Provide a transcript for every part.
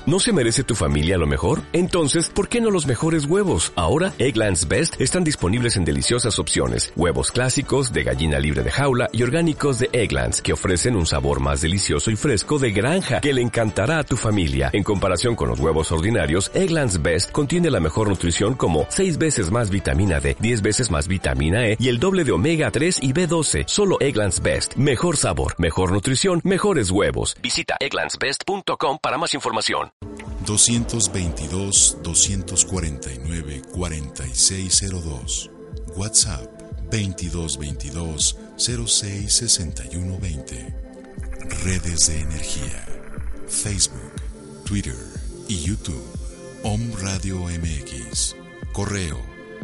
¿No se merece tu familia lo mejor? Entonces, ¿por qué no los mejores huevos? Ahora, Eggland's Best están disponibles en deliciosas opciones. Huevos clásicos, de gallina libre de jaula y orgánicos de Eggland's, que ofrecen un sabor más delicioso y fresco de granja que le encantará a tu familia. En comparación con los huevos ordinarios, Eggland's Best contiene la mejor nutrición como 6 veces más vitamina D, 10 veces más vitamina E y el doble de omega 3 y B12. Solo Eggland's Best. Mejor sabor, mejor nutrición, mejores huevos. Visita egglandsbest.com para más información. 222-249-4602. WhatsApp 2222-066120. Redes de energía. Facebook, Twitter y YouTube. Om Radio MX. Correo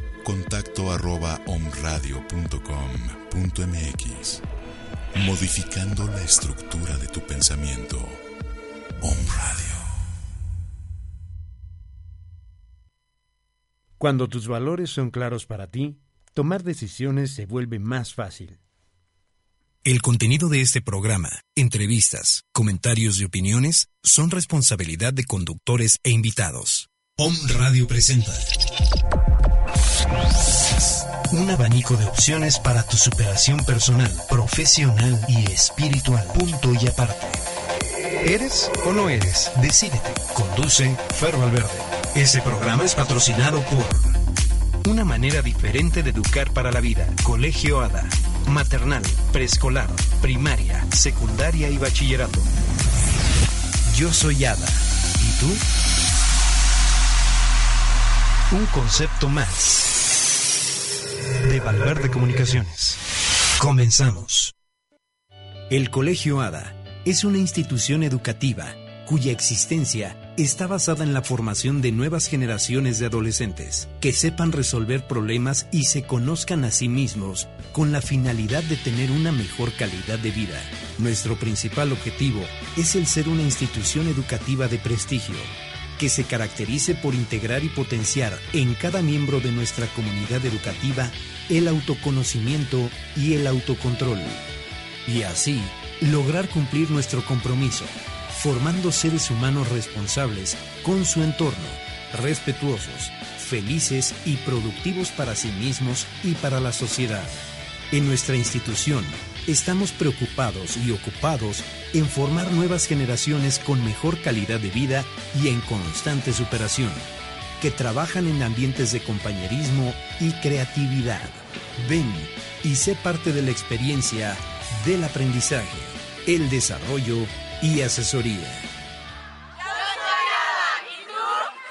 contacto@omradio.com.mx. Modificando la estructura de tu pensamiento. Om Radio. Cuando tus valores son claros para ti, tomar decisiones se vuelve más fácil. El contenido de este programa, entrevistas, comentarios y opiniones son responsabilidad de conductores e invitados. Om Radio presenta un abanico de opciones para tu superación personal, profesional y espiritual. Punto y aparte. ¿Eres o no eres? Decídete. Conduce Fer Valverde. Este programa es patrocinado por Una manera diferente de educar para la vida. Colegio ADA. Maternal, preescolar, primaria, secundaria y bachillerato. Yo soy ADA. ¿Y tú? Un concepto más de Valverde Comunicaciones. Comenzamos. El Colegio ADA es una institución educativa cuya existencia está basada en la formación de nuevas generaciones de adolescentes que sepan resolver problemas y se conozcan a sí mismos con la finalidad de tener una mejor calidad de vida. Nuestro principal objetivo es el ser una institución educativa de prestigio que se caracterice por integrar y potenciar en cada miembro de nuestra comunidad educativa el autoconocimiento y el autocontrol, y así lograr cumplir nuestro compromiso, formando seres humanos responsables con su entorno, respetuosos, felices y productivos para sí mismos y para la sociedad. En nuestra institución estamos preocupados y ocupados en formar nuevas generaciones con mejor calidad de vida y en constante superación, que trabajan en ambientes de compañerismo y creatividad. Ven y sé parte de la experiencia del aprendizaje, el desarrollo y asesoría. Yo soy Ada, ¿y tú?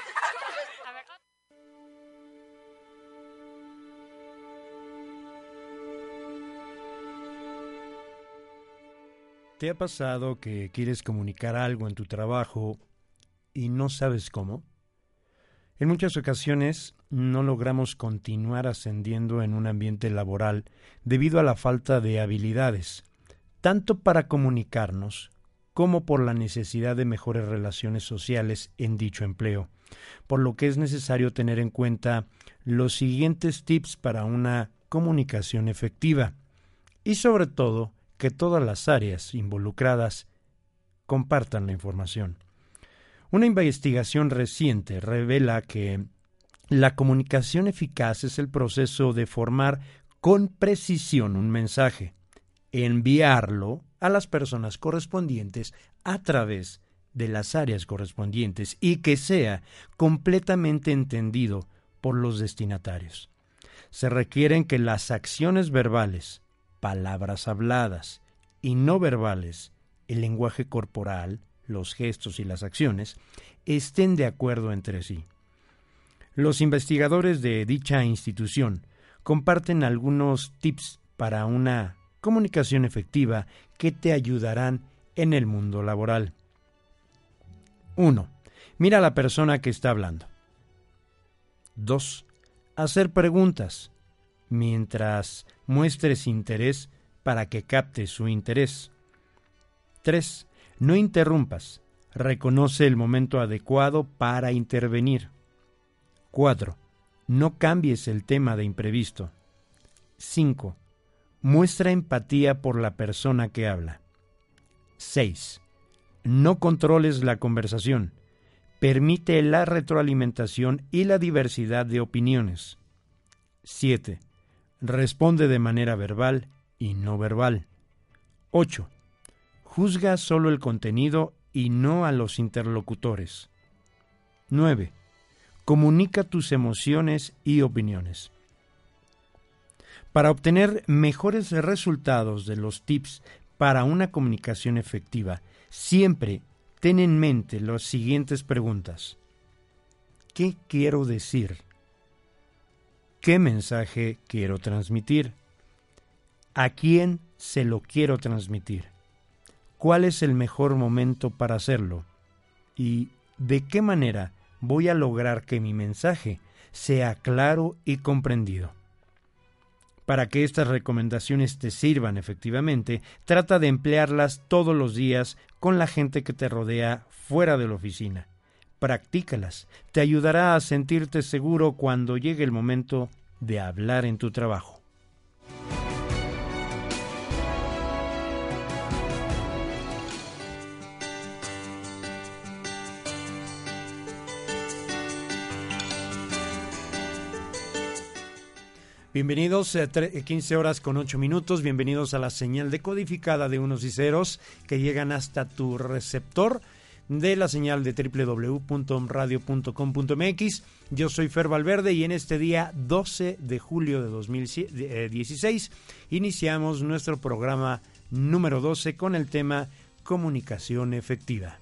¿Te ha pasado que quieres comunicar algo en tu trabajo y no sabes cómo? En muchas ocasiones no logramos continuar ascendiendo en un ambiente laboral debido a la falta de habilidades, tanto para comunicarnos como por la necesidad de mejores relaciones sociales en dicho empleo, por lo que es necesario tener en cuenta los siguientes tips para una comunicación efectiva y sobre todo que todas las áreas involucradas compartan la información. Una investigación reciente revela que la comunicación eficaz es el proceso de formar con precisión un mensaje, enviarlo a las personas correspondientes a través de las áreas correspondientes y que sea completamente entendido por los destinatarios. Se requieren que las acciones verbales, palabras habladas y no verbales, el lenguaje corporal, los gestos y las acciones, estén de acuerdo entre sí. Los investigadores de dicha institución comparten algunos tips para una comunicación efectiva que te ayudarán en el mundo laboral. 1. Mira a la persona que está hablando. 2. Hacer preguntas mientras muestres interés para que capte su interés. 3. No interrumpas. Reconoce el momento adecuado para intervenir. 4. No cambies el tema de imprevisto. 5. Muestra empatía por la persona que habla. 6. No controles la conversación. Permite la retroalimentación y la diversidad de opiniones. 7. Responde de manera verbal y no verbal. 8. Juzga solo el contenido y no a los interlocutores. 9. Comunica tus emociones y opiniones. Para obtener mejores resultados de los tips para una comunicación efectiva, siempre ten en mente las siguientes preguntas. ¿Qué quiero decir? ¿Qué mensaje quiero transmitir? ¿A quién se lo quiero transmitir? ¿Cuál es el mejor momento para hacerlo? ¿Y de qué manera voy a lograr que mi mensaje sea claro y comprendido? Para que estas recomendaciones te sirvan efectivamente, trata de emplearlas todos los días con la gente que te rodea fuera de la oficina. Practícalas. Te ayudará a sentirte seguro cuando llegue el momento de hablar en tu trabajo. Bienvenidos a 15 horas con 8 minutos, bienvenidos a la señal decodificada de unos y ceros que llegan hasta tu receptor de la señal de www.omradio.com.mx. Yo soy Fer Valverde y en este día 12 de julio de 2016 iniciamos nuestro programa número 12 con el tema Comunicación Efectiva.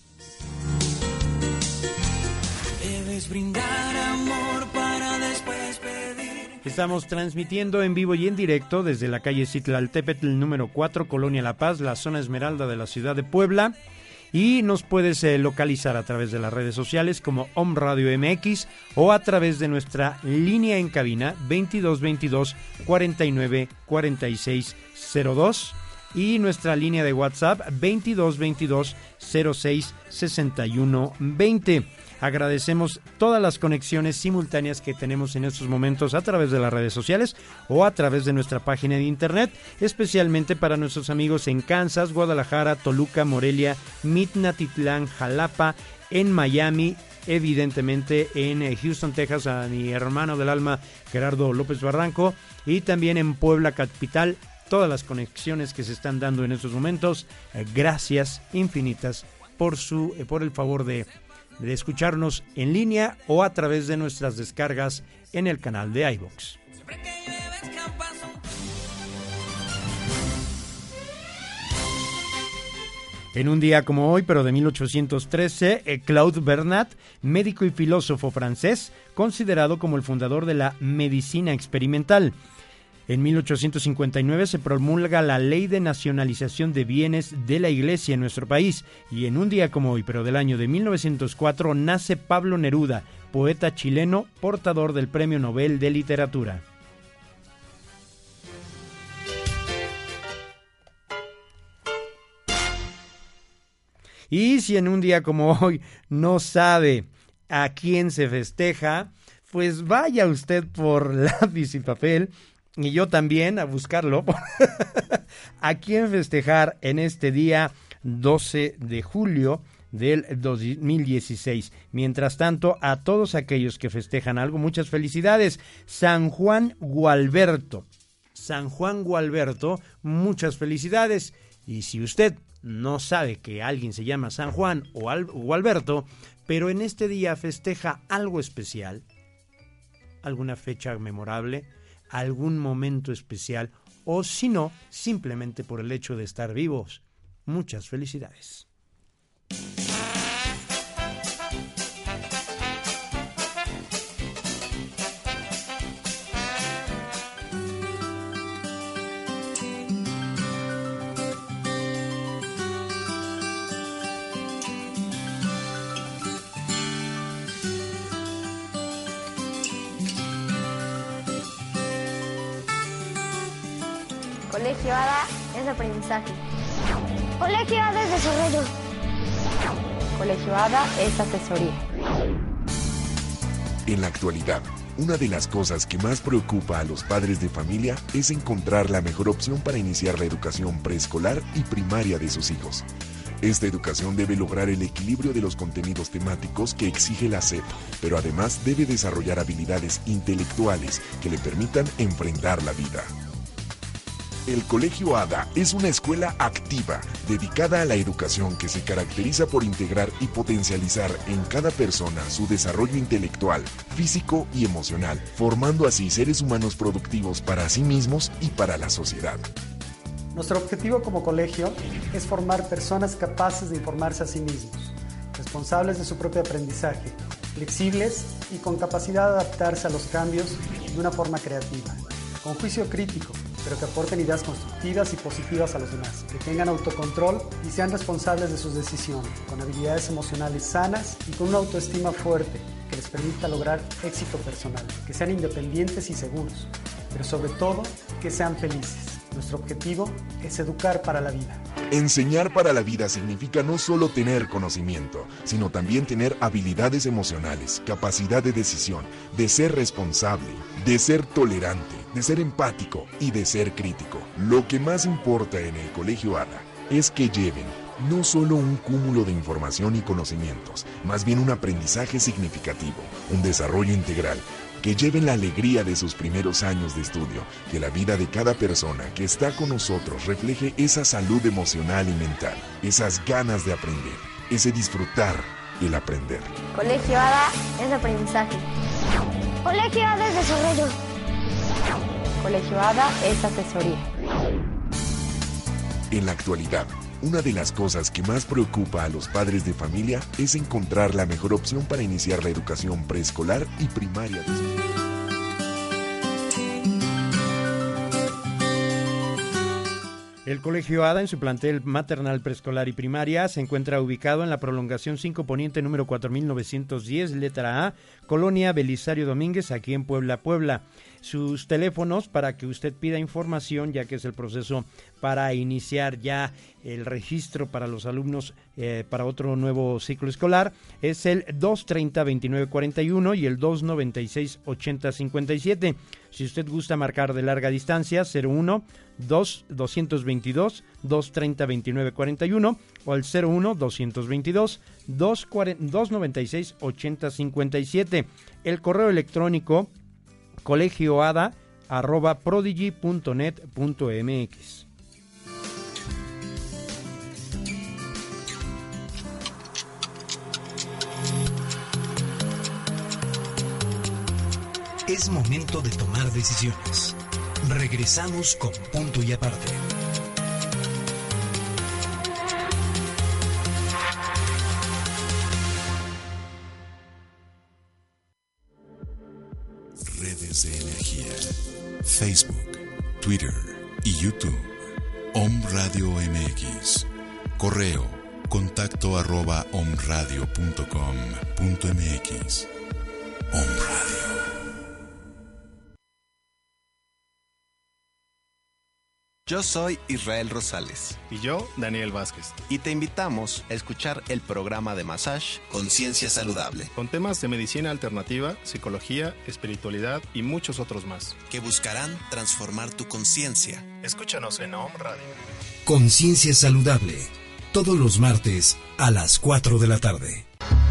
Debes brindar amor para después pedir. Estamos transmitiendo en vivo y en directo desde la calle Citlaltépetl número 4, Colonia La Paz, la zona Esmeralda de la ciudad de Puebla. Y nos puedes localizar a través de las redes sociales como Om Radio MX o a través de nuestra línea en cabina 2222 49 46 02 y nuestra línea de WhatsApp 2222 06 61 20. Agradecemos todas las conexiones simultáneas que tenemos en estos momentos a través de las redes sociales o a través de nuestra página de internet, especialmente para nuestros amigos en Kansas, Guadalajara, Toluca, Morelia, Mitnatitlán, Jalapa, en Miami, evidentemente en Houston, Texas, a mi hermano del alma Gerardo López Barranco, y también en Puebla capital. Todas las conexiones que se están dando en estos momentos, gracias infinitas por el favor de escucharnos en línea o a través de nuestras descargas en el canal de iVoox. En un día como hoy, pero de 1813, Claude Bernard, médico y filósofo francés, considerado como el fundador de la medicina experimental. En 1859 se promulga la Ley de Nacionalización de Bienes de la Iglesia en nuestro país, y en un día como hoy, pero del año de 1904, nace Pablo Neruda, poeta chileno, portador del Premio Nobel de Literatura. Y si en un día como hoy no sabe a quién se festeja, pues vaya usted por lápiz y papel, y yo también a buscarlo, a quién festejar en este día 12 de julio del 2016. Mientras tanto, a todos aquellos que festejan algo, muchas felicidades. San Juan Gualberto. San Juan Gualberto, muchas felicidades. Y si usted no sabe que alguien se llama San Juan o Gualberto, pero en este día festeja algo especial, alguna fecha memorable, algún momento especial, o si no, simplemente por el hecho de estar vivos, muchas felicidades. Colegio ADA es aprendizaje. Colegio ADA es desarrollo. Colegio ADA es asesoría. En la actualidad, una de las cosas que más preocupa a los padres de familia es encontrar la mejor opción para iniciar la educación preescolar y primaria de sus hijos. Esta educación debe lograr el equilibrio de los contenidos temáticos que exige la SEP, pero además debe desarrollar habilidades intelectuales que le permitan enfrentar la vida. El Colegio Hada es una escuela activa, dedicada a la educación que se caracteriza por integrar y potencializar en cada persona su desarrollo intelectual, físico y emocional, formando así seres humanos productivos para sí mismos y para la sociedad. Nuestro objetivo como colegio es formar personas capaces de informarse a sí mismos, responsables de su propio aprendizaje, flexibles y con capacidad de adaptarse a los cambios de una forma creativa, con juicio crítico, pero que aporten ideas constructivas y positivas a los demás, que tengan autocontrol y sean responsables de sus decisiones, con habilidades emocionales sanas y con una autoestima fuerte que les permita lograr éxito personal, que sean independientes y seguros, pero sobre todo que sean felices. Nuestro objetivo es educar para la vida. Enseñar para la vida significa no solo tener conocimiento, sino también tener habilidades emocionales, capacidad de decisión, de ser responsable, de ser tolerante, de ser empático y de ser crítico. Lo que más importa en el Colegio Hada es que lleven no solo un cúmulo de información y conocimientos, más bien un aprendizaje significativo, un desarrollo integral, que lleven la alegría de sus primeros años de estudio, que la vida de cada persona que está con nosotros refleje esa salud emocional y mental, esas ganas de aprender, ese disfrutar el aprender. Colegio Hada es aprendizaje. Colegio Hada es desarrollo. Colegio Hada es asesoría. En la actualidad, una de las cosas que más preocupa a los padres de familia es encontrar la mejor opción para iniciar la educación preescolar y primaria de sus hijos. El Colegio Hada, en su plantel maternal, preescolar y primaria, se encuentra ubicado en la prolongación 5 Poniente número 4910, letra A, Colonia Belisario Domínguez, aquí en Puebla, Puebla. Sus teléfonos para que usted pida información, ya que es el proceso para iniciar ya el registro para los alumnos para otro nuevo ciclo escolar, es el 230-2941 y el 296-8057. Si usted gusta marcar de larga distancia, 01-222-230-2941 o el 01-222-296-8057. El correo electrónico colegiohada@prodigy.net.mx. Es momento de tomar decisiones. Regresamos con Punto y Aparte. Redes de energía. Facebook, Twitter y YouTube. Om Radio MX. Correo contacto@omradio.com.mx. Om Radio. Yo soy Israel Rosales. Y yo, Daniel Vázquez. Y te invitamos a escuchar el programa de Massage Conciencia Saludable. Con temas de medicina alternativa, psicología, espiritualidad y muchos otros más. Que buscarán transformar tu conciencia. Escúchanos en Om Radio. Conciencia Saludable. Todos los martes a las 4 de la tarde.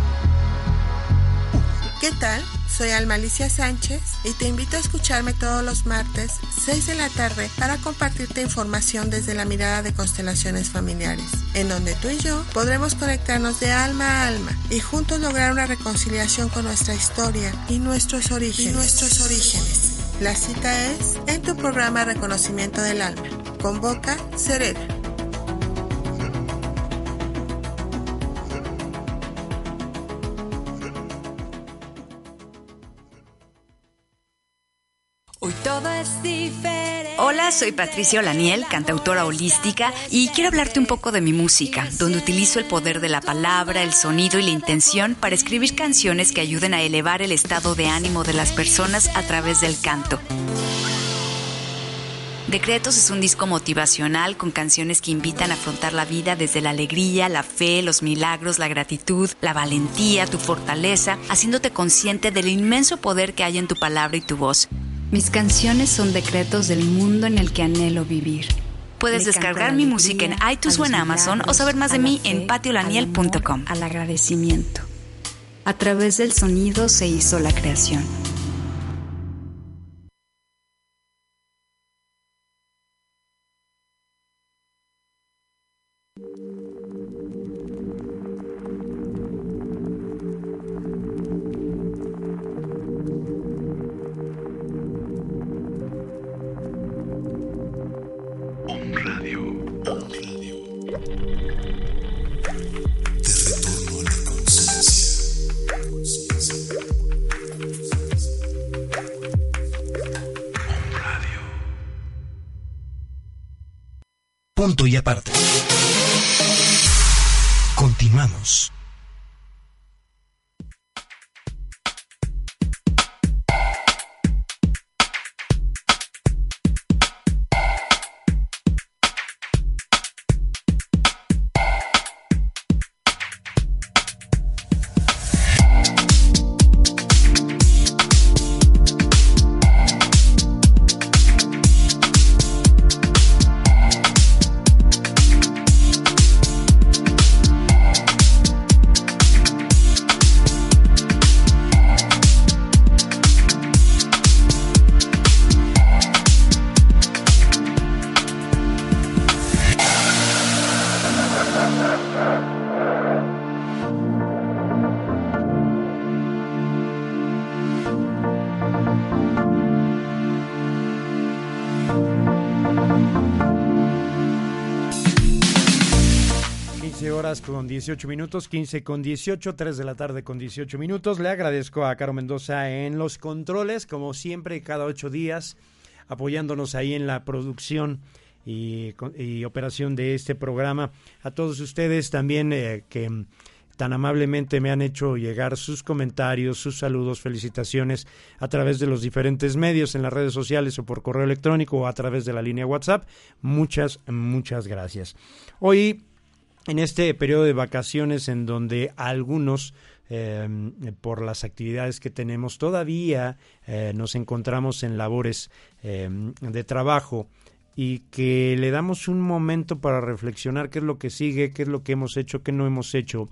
¿Qué tal? Soy Alma Alicia Sánchez y te invito a escucharme todos los martes, 6 de la tarde, para compartirte información desde la mirada de constelaciones familiares, en donde tú y yo podremos conectarnos de alma a alma y juntos lograr una reconciliación con nuestra historia y nuestros orígenes. La cita es en tu programa Reconocimiento del Alma, con Boca Cerera. Hoy todo es diferente. Hola, soy Patricia Olaniel, cantautora holística, y quiero hablarte un poco de mi música, donde utilizo el poder de la palabra, el sonido y la intención para escribir canciones que ayuden a elevar el estado de ánimo de las personas a través del canto. Decretos es un disco motivacional con canciones que invitan a afrontar la vida desde la alegría, la fe, los milagros, la gratitud, la valentía, tu fortaleza, haciéndote consciente del inmenso poder que hay en tu palabra y tu voz. Mis canciones son decretos del mundo en el que anhelo vivir. Puedes descargar mi música en iTunes o en Amazon o saber más de mí en patiolaniel.com. Al agradecimiento. A través del sonido se hizo la creación. Punto y aparte. Continuamos. Con 18 minutos, 15 con 18, 3 de la tarde con 18 minutos. Le agradezco a Caro Mendoza en los controles, como siempre, cada 8 días, apoyándonos ahí en la producción y operación de este programa. A todos ustedes también que tan amablemente me han hecho llegar sus comentarios, sus saludos, felicitaciones a través de los diferentes medios, en las redes sociales o por correo electrónico o a través de la línea WhatsApp. Muchas gracias. Hoy, en este periodo de vacaciones en donde algunos, por las actividades que tenemos, todavía nos encontramos en labores de trabajo y que le damos un momento para reflexionar qué es lo que sigue, qué es lo que hemos hecho, qué no hemos hecho,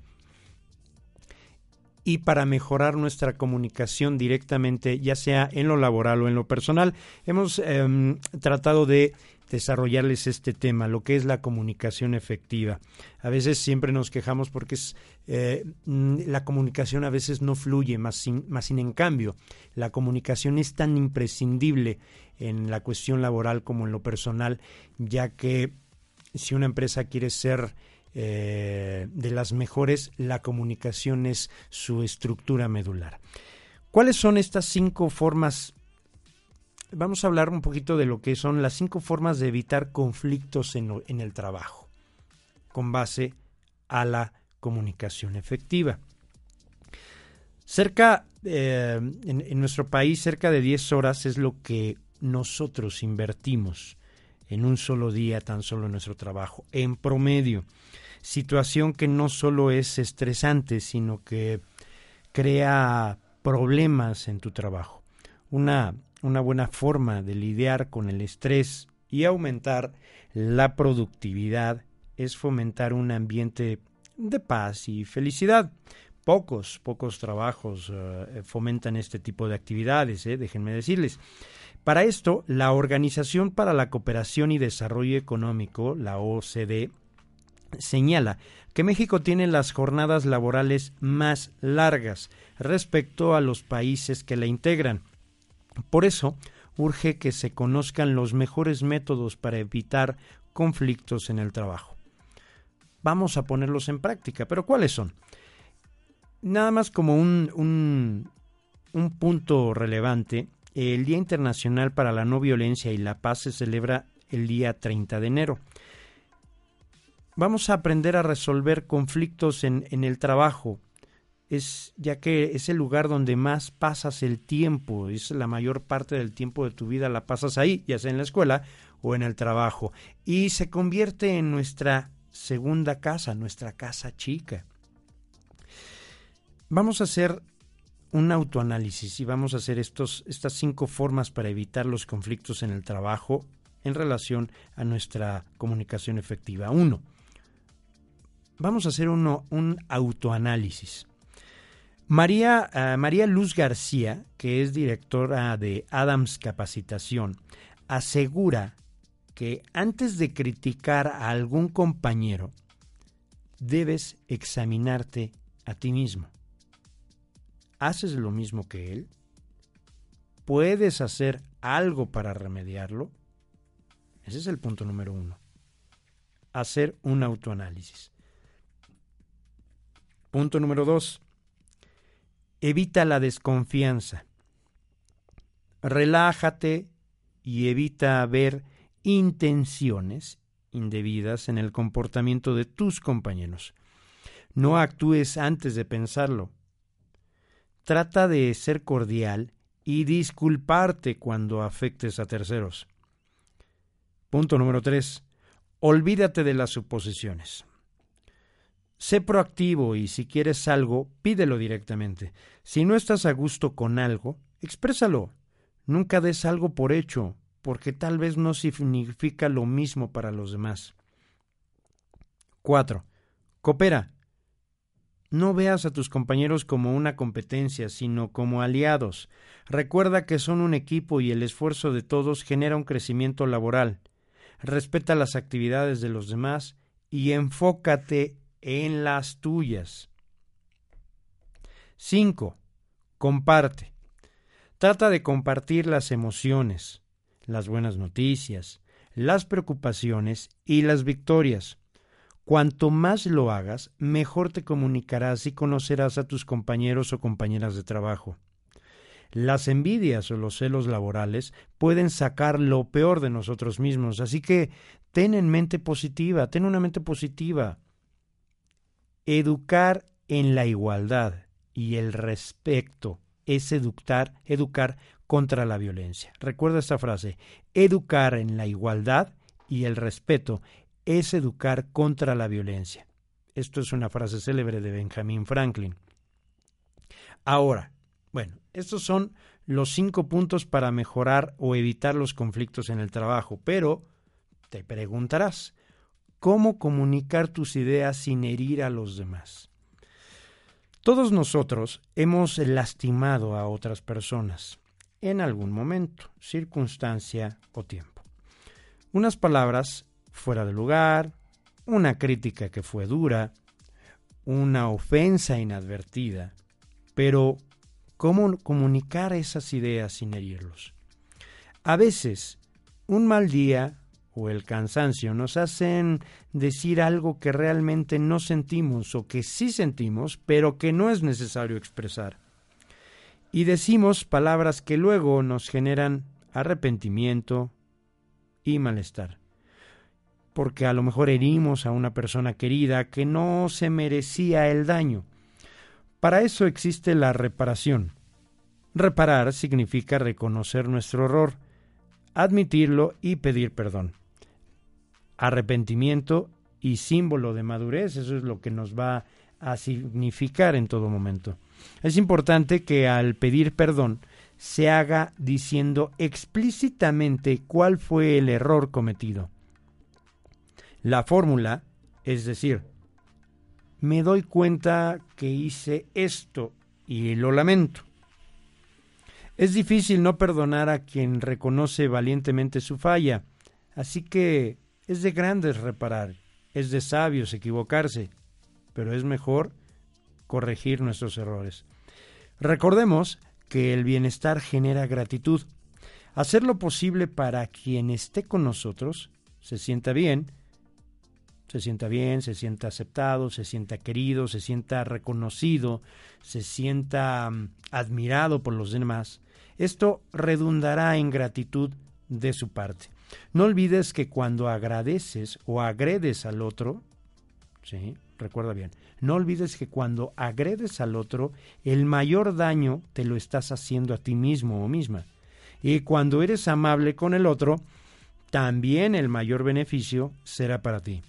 y para mejorar nuestra comunicación directamente, ya sea en lo laboral o en lo personal. Hemos tratado de desarrollarles este tema, lo que es la comunicación efectiva. A veces siempre nos quejamos porque la comunicación a veces no fluye, más sin en cambio, la comunicación es tan imprescindible en la cuestión laboral como en lo personal, ya que si una empresa quiere ser de las mejores, la comunicación es su estructura medular. ¿Cuáles son estas 5 formas? Vamos a hablar un poquito de lo que son las 5 formas de evitar conflictos en el trabajo, con base a la comunicación efectiva. En nuestro país, cerca de 10 horas es lo que nosotros invertimos en un solo día, tan solo en nuestro trabajo, en promedio. Situación que no solo es estresante, sino que crea problemas en tu trabajo. Una buena forma de lidiar con el estrés y aumentar la productividad es fomentar un ambiente de paz y felicidad. Pocos trabajos fomentan este tipo de actividades, déjenme decirles. Para esto, la Organización para la Cooperación y Desarrollo Económico, la OCDE, señala que México tiene las jornadas laborales más largas respecto a los países que la integran. Por eso, urge que se conozcan los mejores métodos para evitar conflictos en el trabajo. Vamos a ponerlos en práctica, pero ¿cuáles son? Nada más como un punto relevante, el Día Internacional para la No Violencia y la Paz se celebra el día 30 de enero. Vamos a aprender a resolver conflictos en el trabajo, ya que es el lugar donde más pasas el tiempo, es la mayor parte del tiempo de tu vida la pasas ahí, ya sea en la escuela o en el trabajo, y se convierte en nuestra segunda casa, nuestra casa chica. Vamos a hacer un autoanálisis y vamos a hacer estas 5 formas para evitar los conflictos en el trabajo en relación a nuestra comunicación efectiva. 1. Vamos a hacer un autoanálisis. María Luz García, que es directora de Adams Capacitación, asegura que antes de criticar a algún compañero, debes examinarte a ti mismo. ¿Haces lo mismo que él? ¿Puedes hacer algo para remediarlo? Ese es el punto número 1. Hacer un autoanálisis. Punto número 2. Evita la desconfianza. Relájate y evita ver intenciones indebidas en el comportamiento de tus compañeros. No actúes antes de pensarlo. Trata de ser cordial y disculparte cuando afectes a terceros. Punto número 3. Olvídate de las suposiciones. Sé proactivo y si quieres algo, pídelo directamente. Si no estás a gusto con algo, exprésalo. Nunca des algo por hecho, porque tal vez no significa lo mismo para los demás. 4. Coopera. No veas a tus compañeros como una competencia, sino como aliados. Recuerda que son un equipo y el esfuerzo de todos genera un crecimiento laboral. Respeta las actividades de los demás y enfócate en las tuyas. 5. Comparte. Trata de compartir las emociones, las buenas noticias, las preocupaciones y las victorias. Cuanto más lo hagas, mejor te comunicarás y conocerás a tus compañeros o compañeras de trabajo. Las envidias o los celos laborales pueden sacar lo peor de nosotros mismos, así que ten una mente positiva. Educar en la igualdad y el respeto es educar contra la violencia. Recuerda esta frase: educar en la igualdad y el respeto es educar contra la violencia. Esto es una frase célebre de Benjamin Franklin. Ahora, estos son los 5 puntos para mejorar o evitar los conflictos en el trabajo, pero te preguntarás, ¿cómo comunicar tus ideas sin herir a los demás? Todos nosotros hemos lastimado a otras personas en algún momento, circunstancia o tiempo. Unas palabras fuera de lugar, una crítica que fue dura, una ofensa inadvertida, pero ¿cómo comunicar esas ideas sin herirlos? A veces, un mal día o el cansancio nos hacen decir algo que realmente no sentimos o que sí sentimos, pero que no es necesario expresar. Y decimos palabras que luego nos generan arrepentimiento y malestar, porque a lo mejor herimos a una persona querida que no se merecía el daño. Para eso existe la reparación. Reparar significa reconocer nuestro error, admitirlo y pedir perdón. Arrepentimiento y símbolo de madurez, eso es lo que nos va a significar en todo momento. Es importante que al pedir perdón se haga diciendo explícitamente cuál fue el error cometido. La fórmula es decir, me doy cuenta que hice esto y lo lamento. Es difícil no perdonar a quien reconoce valientemente su falla, así que es de grandes reparar, es de sabios equivocarse, pero es mejor corregir nuestros errores. Recordemos que el bienestar genera gratitud. Hacer lo posible para quien esté con nosotros se sienta bien, se sienta aceptado, se sienta querido, se sienta reconocido, se sienta admirado por los demás. Esto redundará en gratitud de su parte. No olvides que cuando agradeces o agredes al otro, ¿sí? Recuerda bien, no olvides que cuando agredes al otro, el mayor daño te lo estás haciendo a ti mismo o misma. Y cuando eres amable con el otro, también el mayor beneficio será para ti.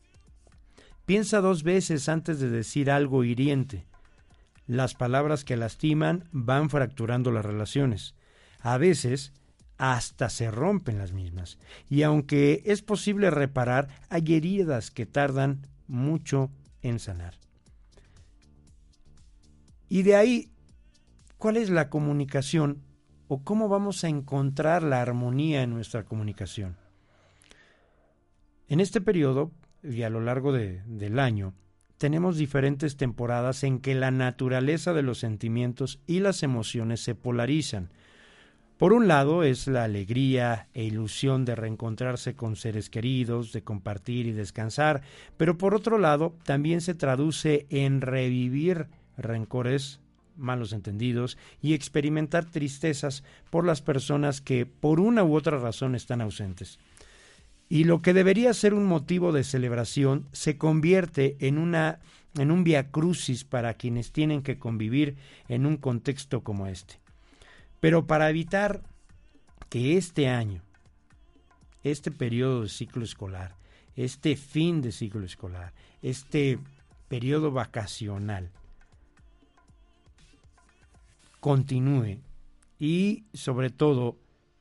Piensa 2 veces antes de decir algo hiriente. Las palabras que lastiman van fracturando las relaciones. A veces hasta se rompen las mismas. Y aunque es posible reparar, hay heridas que tardan mucho en sanar. Y de ahí, ¿cuál es la comunicación o cómo vamos a encontrar la armonía en nuestra comunicación? En este periodo y a lo largo del año, tenemos diferentes temporadas en que la naturaleza de los sentimientos y las emociones se polarizan. Por un lado es la alegría e ilusión de reencontrarse con seres queridos, de compartir y descansar, pero por otro lado también se traduce en revivir rencores, malos entendidos y experimentar tristezas por las personas que por una u otra razón están ausentes. Y lo que debería ser un motivo de celebración se convierte en un viacrucis para quienes tienen que convivir en un contexto como este. Pero para evitar que este año, este periodo de ciclo escolar, este fin de ciclo escolar, este periodo vacacional continúe y sobre todo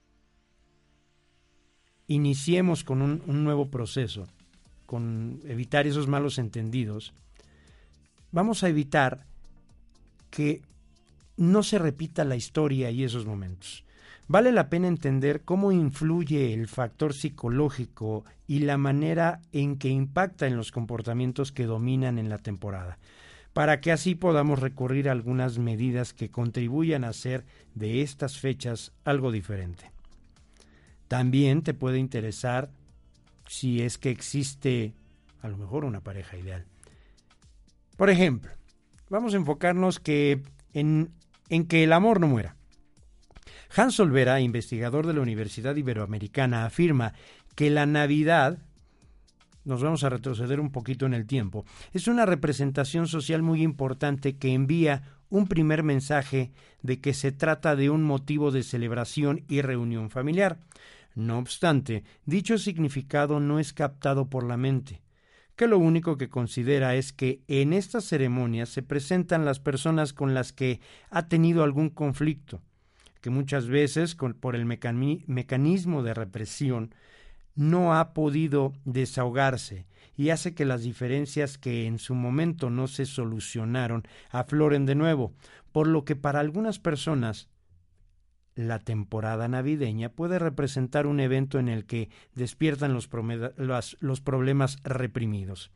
iniciemos con un nuevo proceso, con evitar esos malos entendidos, vamos a evitar que no se repita la historia y esos momentos. Vale la pena entender cómo influye el factor psicológico y la manera en que impacta en los comportamientos que dominan en la temporada, para que así podamos recurrir a algunas medidas que contribuyan a hacer de estas fechas algo diferente. También te puede interesar si es que existe a lo mejor una pareja ideal. Por ejemplo, vamos a enfocarnos en que el amor no muera. Hans Olvera, investigador de la Universidad Iberoamericana, afirma que la Navidad, nos vamos a retroceder un poquito en el tiempo, es una representación social muy importante que envía un primer mensaje de que se trata de un motivo de celebración y reunión familiar. No obstante, dicho significado no es captado por la mente, que lo único que considera es que en estas ceremonias se presentan las personas con las que ha tenido algún conflicto, que muchas veces por el mecanismo de represión no ha podido desahogarse y hace que las diferencias que en su momento no se solucionaron afloren de nuevo, por lo que para algunas personas la temporada navideña puede representar un evento en el que despiertan los problemas reprimidos.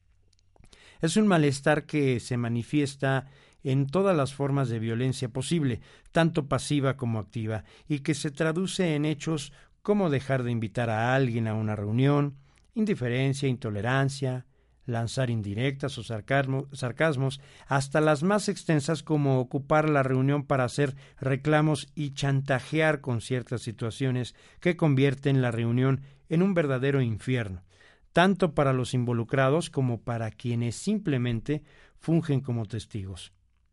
Es un malestar que se manifiesta en todas las formas de violencia posible, tanto pasiva como activa, y que se traduce en hechos como dejar de invitar a alguien a una reunión, indiferencia, intolerancia, lanzar indirectas o sarcasmos, hasta las más extensas como ocupar la reunión para hacer reclamos y chantajear con ciertas situaciones que convierten la reunión en un verdadero infierno, tanto para los involucrados como para quienes simplemente fungen como testigos.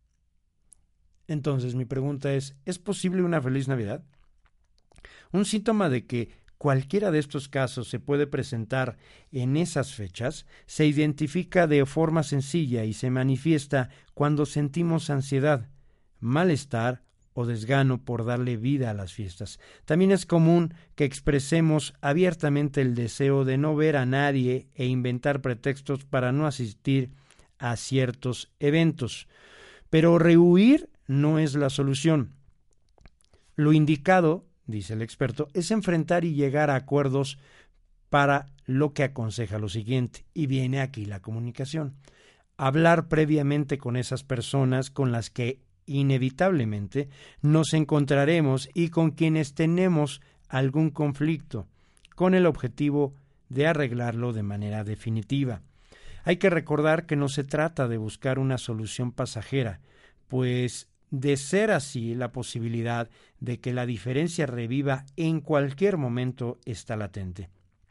Entonces, mi pregunta ¿es posible una feliz Navidad? Un síntoma de que cualquiera de estos casos se puede presentar en esas fechas se identifica de forma sencilla y se manifiesta cuando sentimos ansiedad, malestar o desgano por darle vida a las fiestas. También es común que expresemos abiertamente el deseo de no ver a nadie e inventar pretextos para no asistir a ciertos eventos. Pero rehuir no es la solución. Lo indicado, dice el experto, es enfrentar y llegar a acuerdos, para lo que aconseja lo siguiente, y viene aquí la comunicación. Hablar previamente con esas personas con las que inevitablemente nos encontraremos y con quienes tenemos algún conflicto, con el objetivo de arreglarlo de manera definitiva. Hay que recordar que no se trata de buscar una solución pasajera, pues de ser así, la posibilidad de que la diferencia reviva en cualquier momento está latente.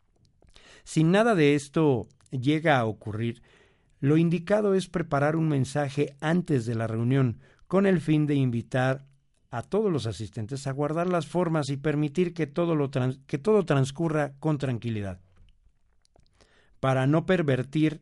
Si nada de esto llega a ocurrir, lo indicado es preparar un mensaje antes de la reunión, con el fin de invitar a todos los asistentes a guardar las formas y permitir que todo transcurra con tranquilidad, para no pervertir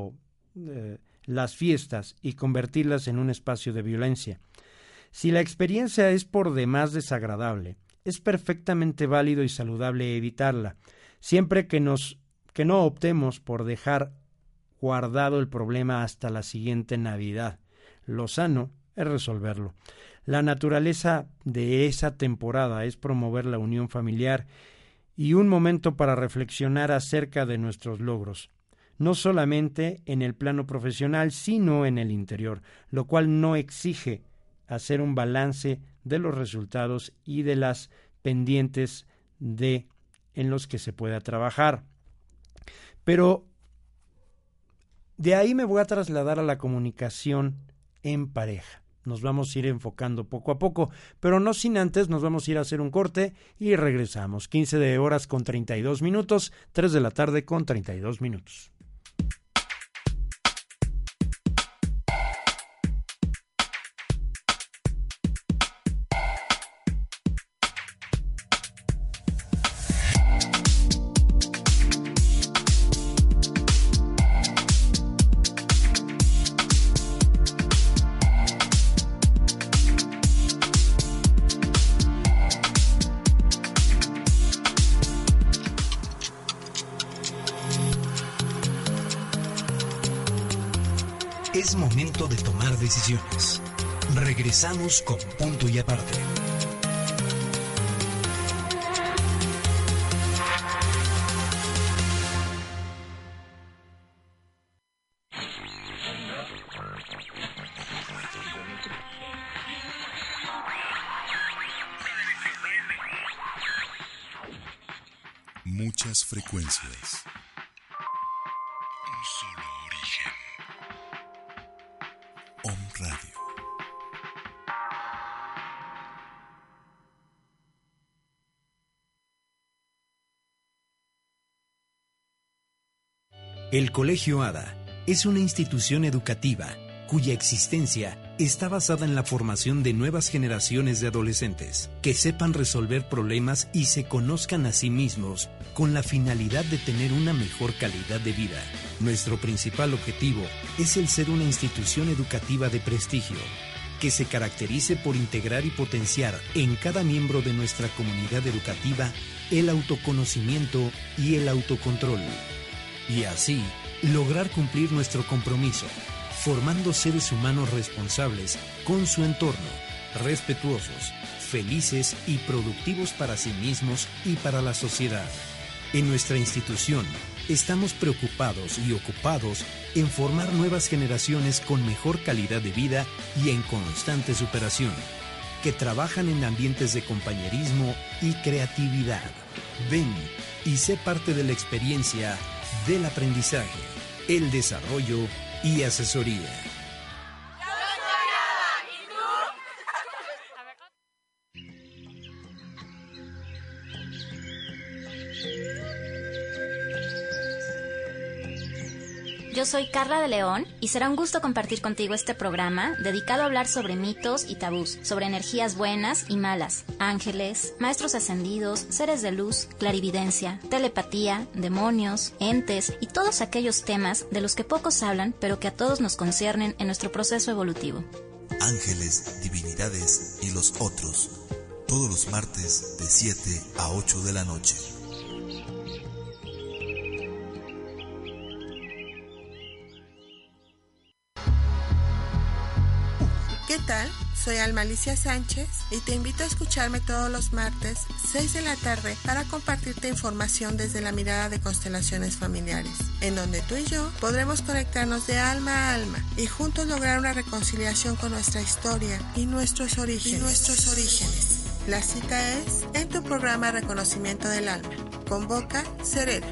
las fiestas y convertirlas en un espacio de violencia. Si la experiencia es por demás desagradable, es perfectamente válido y saludable evitarla, siempre que no optemos por dejar guardado el problema hasta la siguiente Navidad. Lo sano es resolverlo. La naturaleza de esa temporada es promover la unión familiar y un momento para reflexionar acerca de nuestros logros, no solamente en el plano profesional, sino en el interior, lo cual no exige hacer un balance de los resultados y de las pendientes en los que se pueda trabajar. Pero de ahí me voy a trasladar a la comunicación en pareja. Nos vamos a ir enfocando poco a poco, pero no sin antes nos vamos a ir a hacer un corte y regresamos. 15 horas con 32 minutos, 3 de la tarde con 32 minutos. Es momento de tomar decisiones. Regresamos con Punto y Aparte. Muchas frecuencias. Un solo origen. Om Radio. El Colegio Hada es una institución educativa cuya existencia está basada en la formación de nuevas generaciones de adolescentes que sepan resolver problemas y se conozcan a sí mismos con la finalidad de tener una mejor calidad de vida. Nuestro principal objetivo es el ser una institución educativa de prestigio que se caracterice por integrar y potenciar en cada miembro de nuestra comunidad educativa el autoconocimiento y el autocontrol, y así lograr cumplir nuestro compromiso, formando seres humanos responsables con su entorno, respetuosos, felices y productivos para sí mismos y para la sociedad. En nuestra institución estamos preocupados y ocupados en formar nuevas generaciones con mejor calidad de vida y en constante superación, que trabajan en ambientes de compañerismo y creatividad. Ven y sé parte de la experiencia del aprendizaje, el desarrollo y asesoría. Yo soy Carla de León y será un gusto compartir contigo este programa dedicado a hablar sobre mitos y tabús, sobre energías buenas y malas, ángeles, maestros ascendidos, seres de luz, clarividencia, telepatía, demonios, entes y todos aquellos temas de los que pocos hablan pero que a todos nos conciernen en nuestro proceso evolutivo. Ángeles, divinidades y los otros, todos los martes de 7 a 8 de la noche. ¿Qué tal? Soy Almalicia Sánchez y te invito a escucharme todos los martes 6 de la tarde para compartirte información desde la mirada de constelaciones familiares, en donde tú y yo podremos conectarnos de alma a alma y juntos lograr una reconciliación con nuestra historia y nuestros orígenes. La cita es en tu programa Reconocimiento del Alma, con Boca Cerera.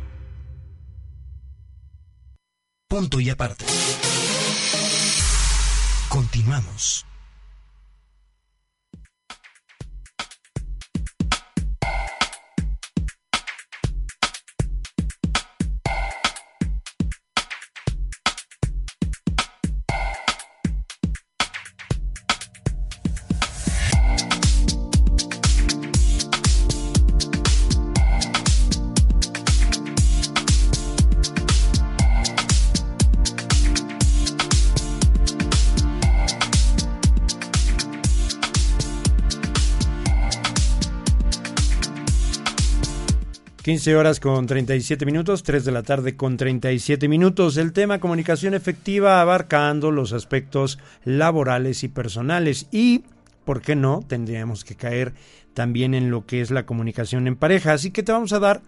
Punto y aparte. Continuamos. Horas con 37 minutos, 3 de la tarde con 37 minutos. El tema comunicación efectiva abarcando los aspectos laborales y personales. Y, ¿por qué no? Tendríamos que caer también en lo que es la comunicación en pareja. Así que te vamos a dar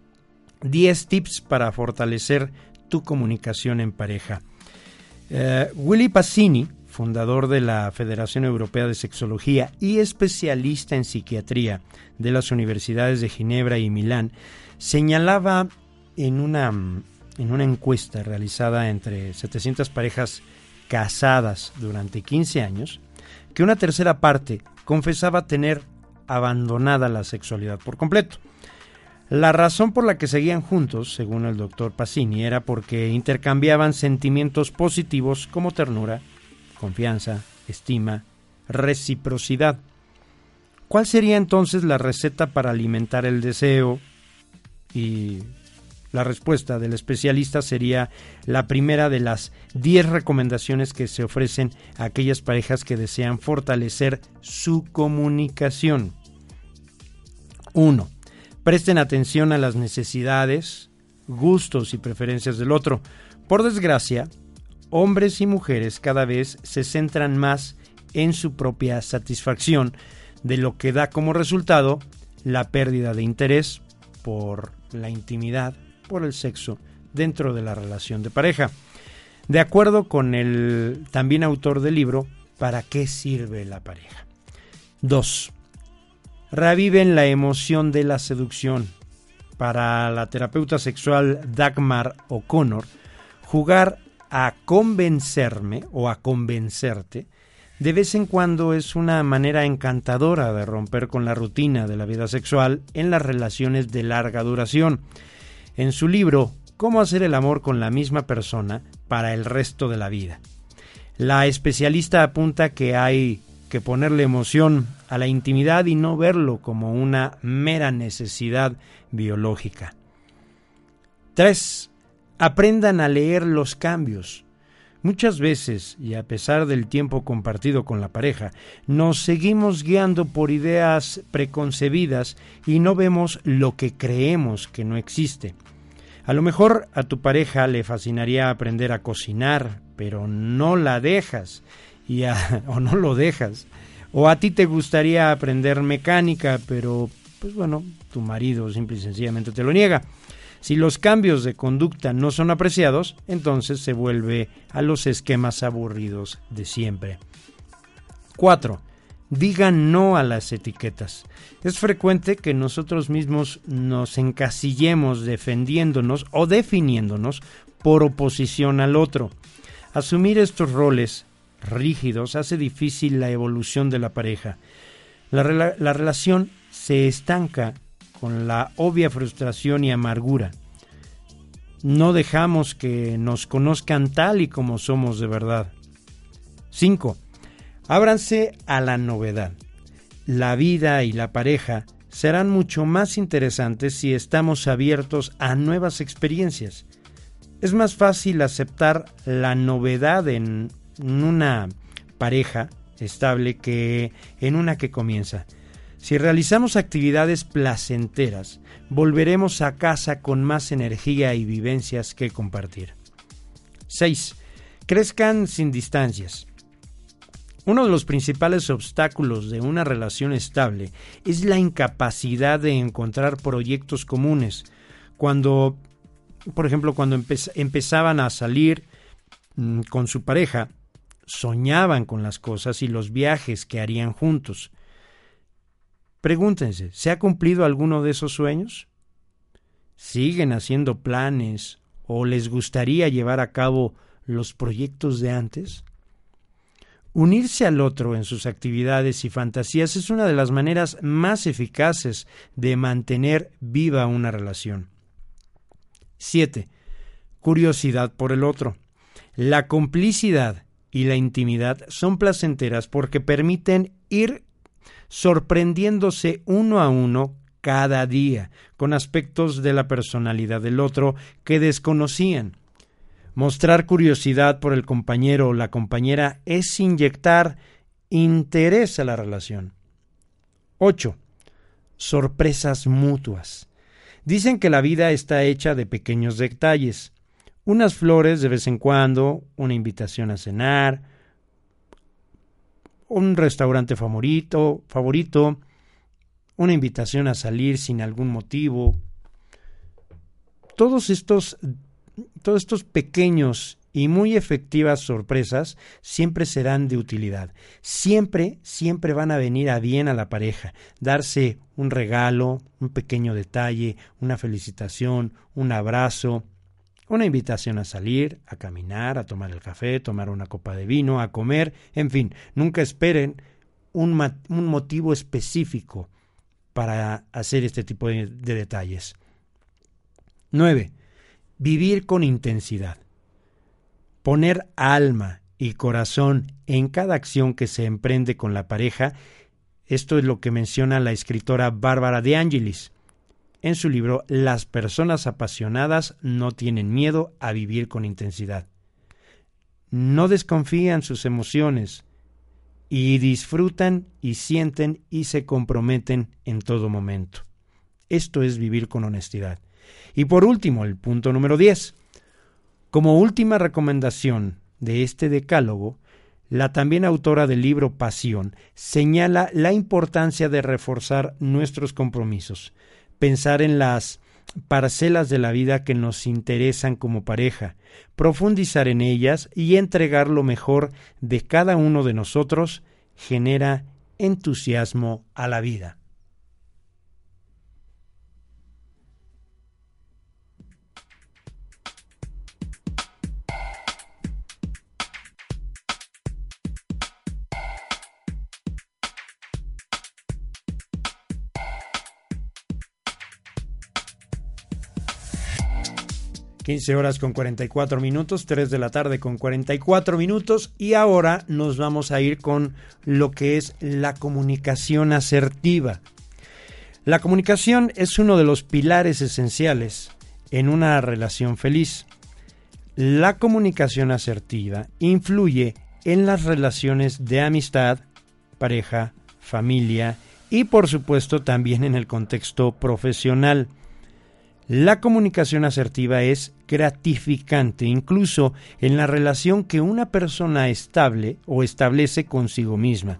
10 tips para fortalecer tu comunicación en pareja. Willy Passini, fundador de la Federación Europea de Sexología y especialista en psiquiatría de las universidades de Ginebra y Milán, señalaba en una encuesta realizada entre 700 parejas casadas durante 15 años, que una tercera parte confesaba tener abandonada la sexualidad por completo. La razón por la que seguían juntos, según el doctor Passini, era porque intercambiaban sentimientos positivos como ternura, confianza, estima, reciprocidad. ¿Cuál sería entonces la receta para alimentar el deseo? Y la respuesta del especialista sería la primera de las 10 recomendaciones que se ofrecen a aquellas parejas que desean fortalecer su comunicación. 1. Presten atención a las necesidades, gustos y preferencias del otro. Por desgracia, hombres y mujeres cada vez se centran más en su propia satisfacción, de lo que da como resultado la pérdida de interés por la intimidad, por el sexo, dentro de la relación de pareja. De acuerdo con el también autor del libro, ¿Para qué sirve la pareja? 2. Reviven la emoción de la seducción. Para la terapeuta sexual Dagmar O'Connor, jugar a convencerme o a convencerte de vez en cuando es una manera encantadora de romper con la rutina de la vida sexual en las relaciones de larga duración. En su libro, Cómo hacer el amor con la misma persona para el resto de la vida, la especialista apunta que hay que ponerle emoción a la intimidad y no verlo como una mera necesidad biológica. 3. Aprendan a leer los cambios. Muchas veces, y a pesar del tiempo compartido con la pareja, nos seguimos guiando por ideas preconcebidas y no vemos lo que creemos que no existe. A lo mejor a tu pareja le fascinaría aprender a cocinar, pero no la dejas, o no lo dejas. O a ti te gustaría aprender mecánica, pero, pues bueno, tu marido simple y sencillamente te lo niega. Si los cambios de conducta no son apreciados, entonces se vuelve a los esquemas aburridos de siempre. 4. Digan no a las etiquetas. Es frecuente que nosotros mismos nos encasillemos defendiéndonos o definiéndonos por oposición al otro. Asumir estos roles rígidos hace difícil la evolución de la pareja. La relación se estanca con la obvia frustración y amargura. No dejamos que nos conozcan tal y como somos de verdad. 5. Ábranse a la novedad. La vida y la pareja serán mucho más interesantes si estamos abiertos a nuevas experiencias. Es más fácil aceptar la novedad en una pareja estable que en una que comienza. Si realizamos actividades placenteras, volveremos a casa con más energía y vivencias que compartir. 6. Crezcan sin distancias. Uno de los principales obstáculos de una relación estable es la incapacidad de encontrar proyectos comunes. Cuando, por ejemplo, empezaban a salir con su pareja, soñaban con las cosas y los viajes que harían juntos. Pregúntense, ¿se ha cumplido alguno de esos sueños? ¿Siguen haciendo planes o les gustaría llevar a cabo los proyectos de antes? Unirse al otro en sus actividades y fantasías es una de las maneras más eficaces de mantener viva una relación. 7. Curiosidad por el otro. La complicidad y la intimidad son placenteras porque permiten ir sorprendiéndose uno a uno cada día con aspectos de la personalidad del otro que desconocían. Mostrar curiosidad por el compañero o la compañera es inyectar interés a la relación. 8. Sorpresas mutuas. Dicen que la vida está hecha de pequeños detalles. Unas flores de vez en cuando, una invitación a cenar, un restaurante favorito, una invitación a salir sin algún motivo. Todos estos pequeños y muy efectivas sorpresas siempre serán de utilidad. Siempre van a venir a bien a la pareja. Darse un regalo, un pequeño detalle, una felicitación, un abrazo, una invitación a salir, a caminar, a tomar el café, tomar una copa de vino, a comer, en fin, nunca esperen un motivo específico para hacer este tipo de detalles. 9. Vivir con intensidad. Poner alma y corazón en cada acción que se emprende con la pareja. Esto es lo que menciona la escritora Bárbara de Angelis en su libro Las personas apasionadas no tienen miedo a vivir con intensidad. No desconfían sus emociones y disfrutan y sienten y se comprometen en todo momento. Esto es vivir con honestidad. Y por último, el punto número 10. Como última recomendación de este decálogo, la también autora del libro Pasión señala la importancia de reforzar nuestros compromisos, pensar en las parcelas de la vida que nos interesan como pareja, profundizar en ellas y entregar lo mejor de cada uno de nosotros genera entusiasmo a la vida. Horas con 44 minutos, 3 de la tarde con 44 minutos, y ahora nos vamos a ir con lo que es la comunicación asertiva. La comunicación es uno de los pilares esenciales en una relación feliz. La comunicación asertiva influye en las relaciones de amistad, pareja, familia y por supuesto también en el contexto profesional. La comunicación asertiva es gratificante, incluso en la relación que una persona estable o establece consigo misma.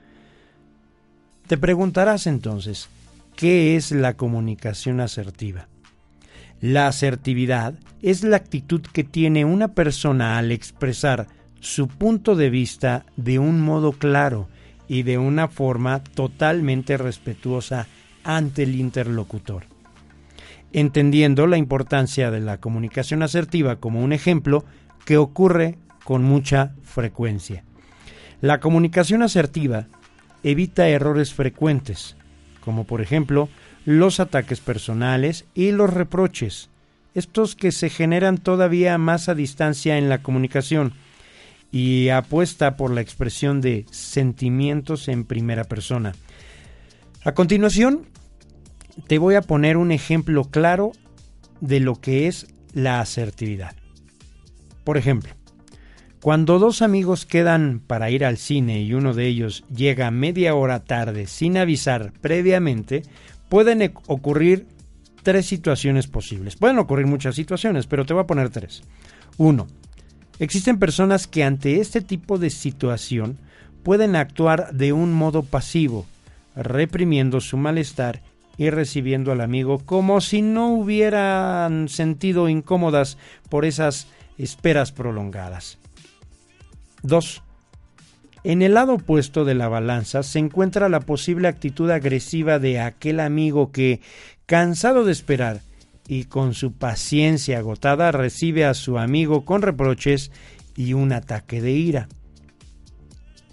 Te preguntarás entonces, ¿qué es la comunicación asertiva? La asertividad es la actitud que tiene una persona al expresar su punto de vista de un modo claro y de una forma totalmente respetuosa ante el interlocutor. Entendiendo la importancia de la comunicación asertiva como un ejemplo que ocurre con mucha frecuencia. La comunicación asertiva evita errores frecuentes, como por ejemplo los ataques personales y los reproches, estos que se generan todavía más a distancia en la comunicación, y apuesta por la expresión de sentimientos en primera persona. A continuación, te voy a poner un ejemplo claro de lo que es la asertividad. Por ejemplo, cuando dos amigos quedan para ir al cine y uno de ellos llega media hora tarde sin avisar previamente, pueden ocurrir 3 situaciones posibles. Pueden ocurrir muchas situaciones, pero te voy a poner 3. 1. Existen personas que ante este tipo de situación pueden actuar de un modo pasivo, reprimiendo su malestar y recibiendo al amigo como si no hubieran sentido incómodas por esas esperas prolongadas. 2. En el lado opuesto de la balanza se encuentra la posible actitud agresiva de aquel amigo que, cansado de esperar y con su paciencia agotada, recibe a su amigo con reproches y un ataque de ira.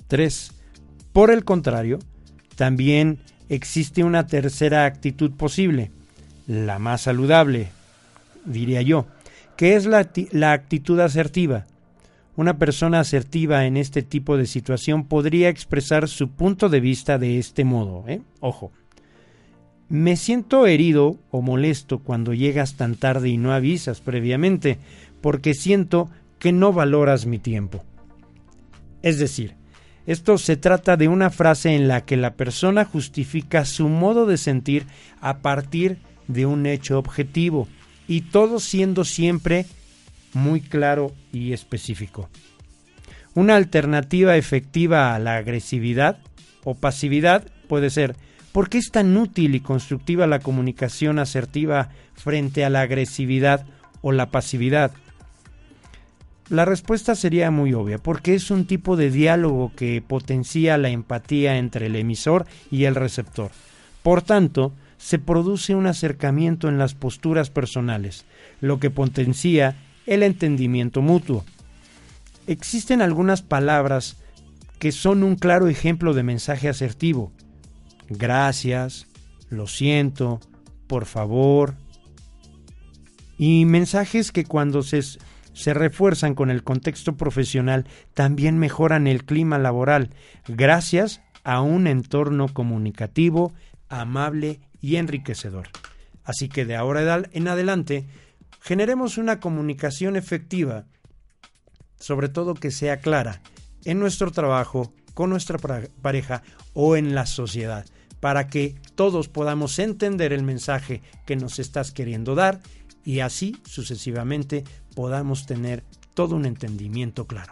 3. Por el contrario, también existe una tercera actitud posible, la más saludable, diría yo, que es la actitud asertiva. Una persona asertiva en este tipo de situación podría expresar su punto de vista de este modo. Ojo, me siento herido o molesto cuando llegas tan tarde y no avisas previamente, porque siento que no valoras mi tiempo. Es decir, esto se trata de una frase en la que la persona justifica su modo de sentir a partir de un hecho objetivo, y todo siendo siempre muy claro y específico. Una alternativa efectiva a la agresividad o pasividad puede ser: ¿por qué es tan útil y constructiva la comunicación asertiva frente a la agresividad o la pasividad? La respuesta sería muy obvia, porque es un tipo de diálogo que potencia la empatía entre el emisor y el receptor. Por tanto, se produce un acercamiento en las posturas personales, lo que potencia el entendimiento mutuo. Existen algunas palabras que son un claro ejemplo de mensaje asertivo: gracias, lo siento, por favor, y mensajes que cuando se refuerzan con el contexto profesional también mejoran el clima laboral, gracias a un entorno comunicativo, amable y enriquecedor. Así que de ahora en adelante, generemos una comunicación efectiva, sobre todo que sea clara, en nuestro trabajo, con nuestra pareja o en la sociedad, para que todos podamos entender el mensaje que nos estás queriendo dar y así sucesivamente podamos tener todo un entendimiento claro.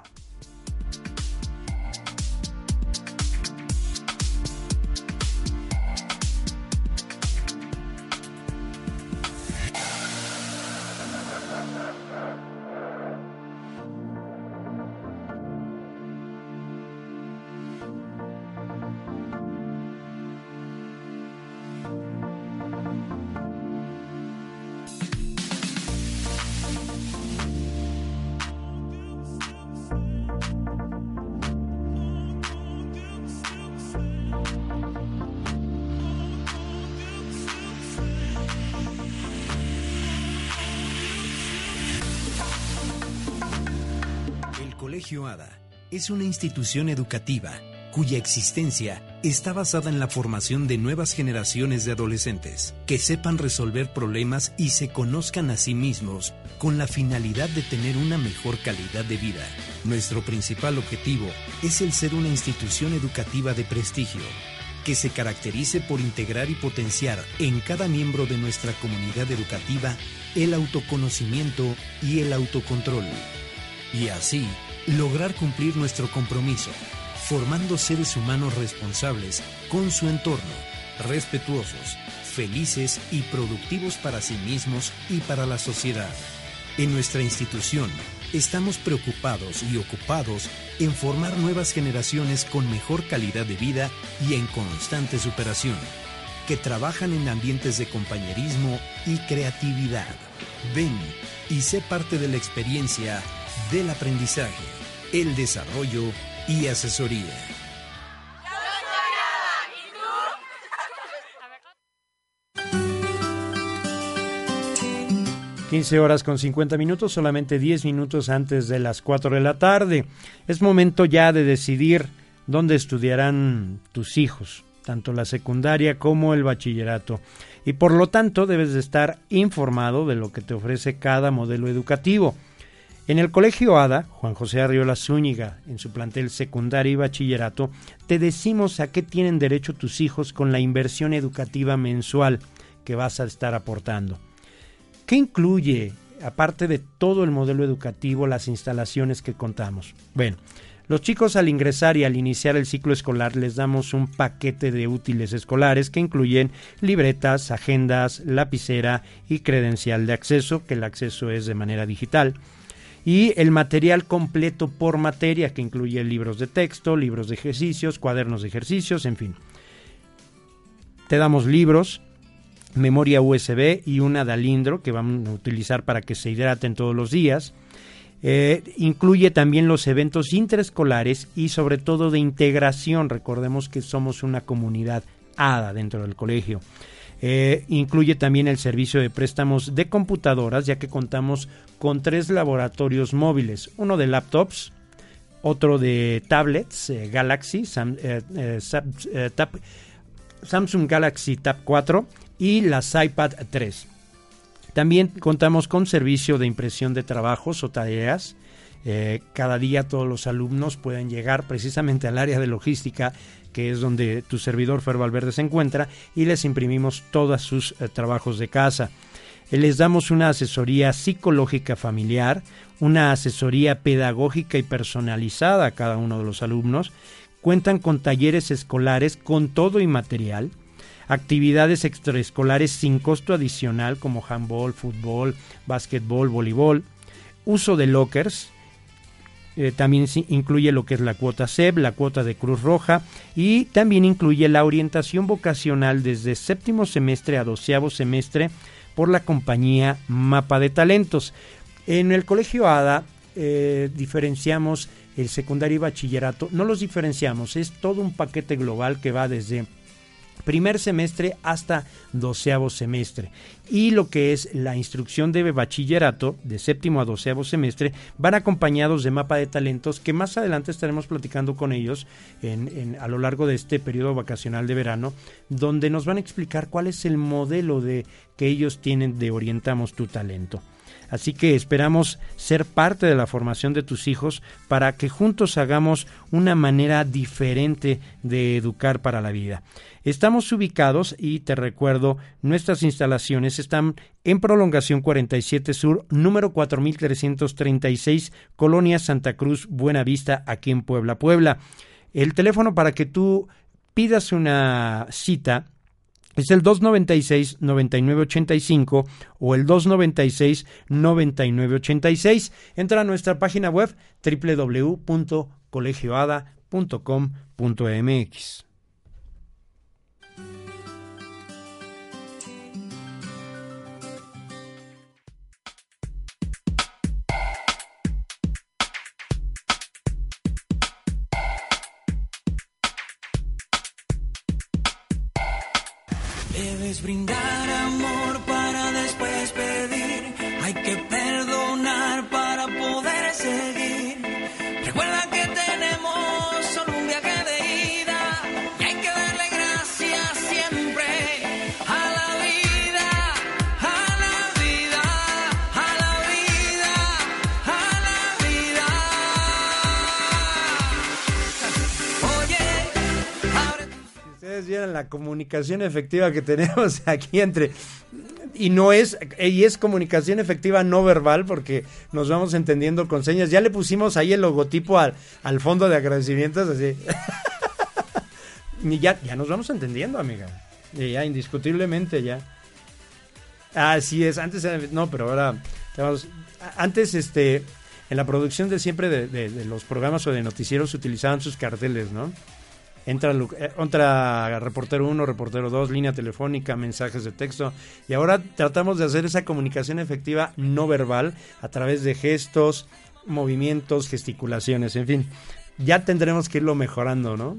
Colegio Hada es una institución educativa cuya existencia está basada en la formación de nuevas generaciones de adolescentes que sepan resolver problemas y se conozcan a sí mismos con la finalidad de tener una mejor calidad de vida. Nuestro principal objetivo es el ser una institución educativa de prestigio que se caracterice por integrar y potenciar en cada miembro de nuestra comunidad educativa el autoconocimiento y el autocontrol, y así lograr cumplir nuestro compromiso, formando seres humanos responsables con su entorno, respetuosos, felices y productivos para sí mismos y para la sociedad. En nuestra institución estamos preocupados y ocupados en formar nuevas generaciones con mejor calidad de vida y en constante superación, que trabajan en ambientes de compañerismo y creatividad. Ven y sé parte de la experiencia del aprendizaje, el desarrollo y asesoría. 15 horas con 50 minutos, solamente 10 minutos antes de las 4 de la tarde. Es momento ya de decidir dónde estudiarán tus hijos, tanto la secundaria como el bachillerato. Y por lo tanto debes de estar informado de lo que te ofrece cada modelo educativo. En el Colegio Hada, Juan José Arriola Zúñiga, en su plantel secundaria y bachillerato, te decimos a qué tienen derecho tus hijos con la inversión educativa mensual que vas a estar aportando. ¿Qué incluye, aparte de todo el modelo educativo, las instalaciones que contamos? Bueno, los chicos al ingresar y al iniciar el ciclo escolar les damos un paquete de útiles escolares que incluyen libretas, agendas, lapicera y credencial de acceso, que el acceso es de manera digital, y el material completo por materia, que incluye libros de texto, libros de ejercicios, cuadernos de ejercicios, en fin. Te damos libros, memoria USB y una de alindro que vamos a utilizar para que se hidraten todos los días. Incluye también los eventos intraescolares y sobre todo de integración. Recordemos que somos una comunidad ADA dentro del colegio. Incluye también el servicio de préstamos de computadoras, ya que contamos con 3 laboratorios móviles, uno de laptops, otro de tablets Galaxy, Samsung Galaxy Tab 4 y las iPad 3. También contamos con servicio de impresión de trabajos o tareas. Cada día todos los alumnos pueden llegar precisamente al área de logística, que es donde tu servidor Fer Valverde se encuentra, y les imprimimos todos sus trabajos de casa. Les damos una asesoría psicológica familiar, una asesoría pedagógica y personalizada a cada uno de los alumnos. Cuentan con talleres escolares con todo y material, actividades extraescolares sin costo adicional como handball, fútbol, básquetbol, voleibol, uso de lockers. También incluye lo que es la cuota SEB, la cuota de Cruz Roja, y también incluye la orientación vocacional desde 7º semestre a 12º semestre por la compañía Mapa de Talentos. En el Colegio ADA diferenciamos el secundario y bachillerato. No los diferenciamos, es todo un paquete global que va desde primer semestre hasta 12º semestre, y lo que es la instrucción de bachillerato de 7º a 12º semestre van acompañados de Mapa de Talentos, que más adelante estaremos platicando con ellos a lo largo de este periodo vacacional de verano, donde nos van a explicar cuál es el modelo que ellos tienen de Orientamos tu Talento. Así que esperamos ser parte de la formación de tus hijos para que juntos hagamos una manera diferente de educar para la vida. Estamos ubicados, y te recuerdo, nuestras instalaciones están en Prolongación 47 Sur, número 4336, Colonia Santa Cruz, Buenavista, aquí en Puebla. El teléfono para que tú pidas una cita es el 296-9985 o el 296-9986. Entra a nuestra página web www.colegioada.com.mx. Debes brindar amor para después pedir. Hay que perdonar para poder seguir. Recuerda que tenemos solo un viaje de ida y hay que darle gracias siempre a la vida, a la vida, a la vida, a la vida. Oye, abre tus... Ustedes vieron la comunicación efectiva que tenemos aquí y es comunicación efectiva no verbal, porque nos vamos entendiendo con señas. Ya le pusimos ahí el logotipo al fondo de agradecimientos, así. Y ya nos vamos entendiendo, amiga. Ya, indiscutiblemente, ya. Así es, antes, no, pero ahora, antes, en la producción de siempre de los programas o de noticieros se utilizaban sus carteles, ¿no? Entra reportero 1, reportero 2, línea telefónica, mensajes de texto, y ahora tratamos de hacer esa comunicación efectiva no verbal a través de gestos, movimientos, gesticulaciones, en fin, ya tendremos que irlo mejorando, ¿no?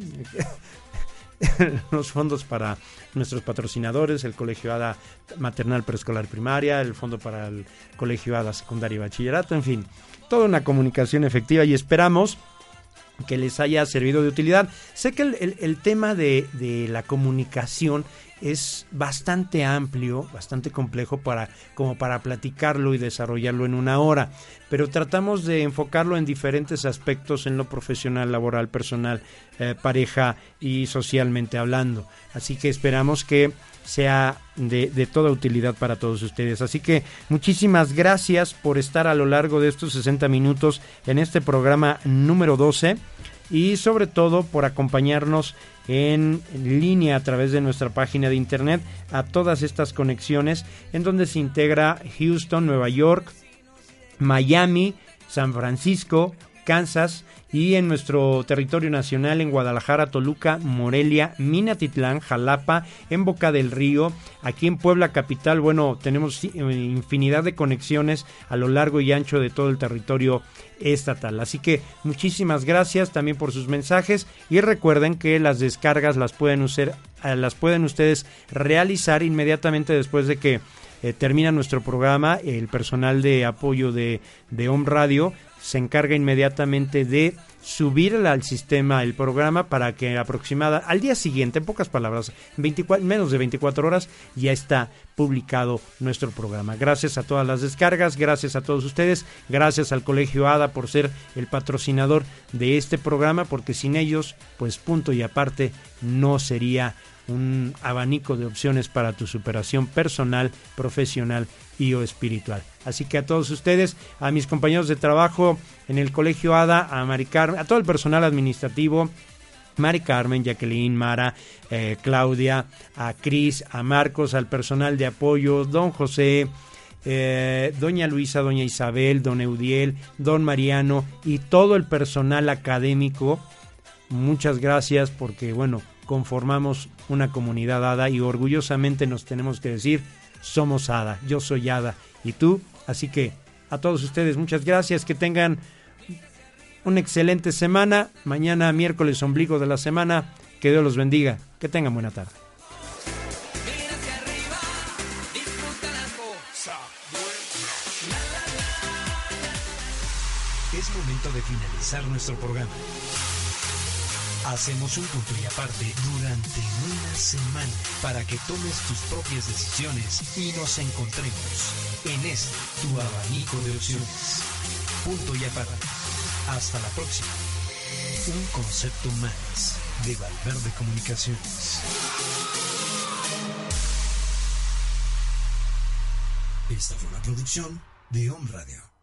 Los fondos para nuestros patrocinadores, el Colegio ADA Maternal Preescolar Primaria, el fondo para el Colegio ADA Secundaria y Bachillerato, en fin, toda una comunicación efectiva, y esperamos que les haya servido de utilidad. Sé que el tema de la comunicación es bastante amplio, bastante complejo como para platicarlo y desarrollarlo en una hora, pero tratamos de enfocarlo en diferentes aspectos, en lo profesional, laboral, personal, pareja y socialmente hablando. Así que esperamos que sea de toda utilidad para todos ustedes. Así que muchísimas gracias por estar a lo largo de estos 60 minutos en este programa número 12, y sobre todo por acompañarnos en línea a través de nuestra página de internet a todas estas conexiones, en donde se integra Houston, Nueva York, Miami, San Francisco, Kansas, y en nuestro territorio nacional en Guadalajara, Toluca, Morelia, Minatitlán, Jalapa, en Boca del Río, aquí en Puebla capital. Bueno, tenemos infinidad de conexiones a lo largo y ancho de todo el territorio estatal. Así que muchísimas gracias también por sus mensajes, y recuerden que las descargas las pueden ustedes realizar inmediatamente después de que termina nuestro programa. El personal de apoyo de Home Radio se encarga inmediatamente de subir al sistema el programa para que al día siguiente, en pocas palabras, menos de 24 horas, ya está publicado nuestro programa. Gracias a todas las descargas, gracias a todos ustedes, gracias al Colegio ADA por ser el patrocinador de este programa, porque sin ellos, pues punto y aparte, no sería un abanico de opciones para tu superación personal, profesional y o espiritual. Así que a todos ustedes, a mis compañeros de trabajo en el Colegio ADA, a Mari Carmen, a todo el personal administrativo, Mari Carmen, Jacqueline, Mara, Claudia, a Cris, a Marcos, al personal de apoyo, don José, doña Luisa, doña Isabel, don Eudiel, don Mariano y todo el personal académico, muchas gracias, porque bueno, conformamos una comunidad ADA y orgullosamente nos tenemos que decir: somos ADA, yo soy ADA y tú. Así que a todos ustedes muchas gracias, que tengan una excelente semana. Mañana miércoles, ombligo de la semana, que Dios los bendiga, que tengan buena tarde. Es momento de finalizar nuestro programa. Hacemos un punto y aparte durante una semana para que tomes tus propias decisiones y nos encontremos en este tu abanico de opciones. Punto y aparte. Hasta la próxima. Un concepto más de Valverde Comunicaciones. Esta fue una producción de Home Radio.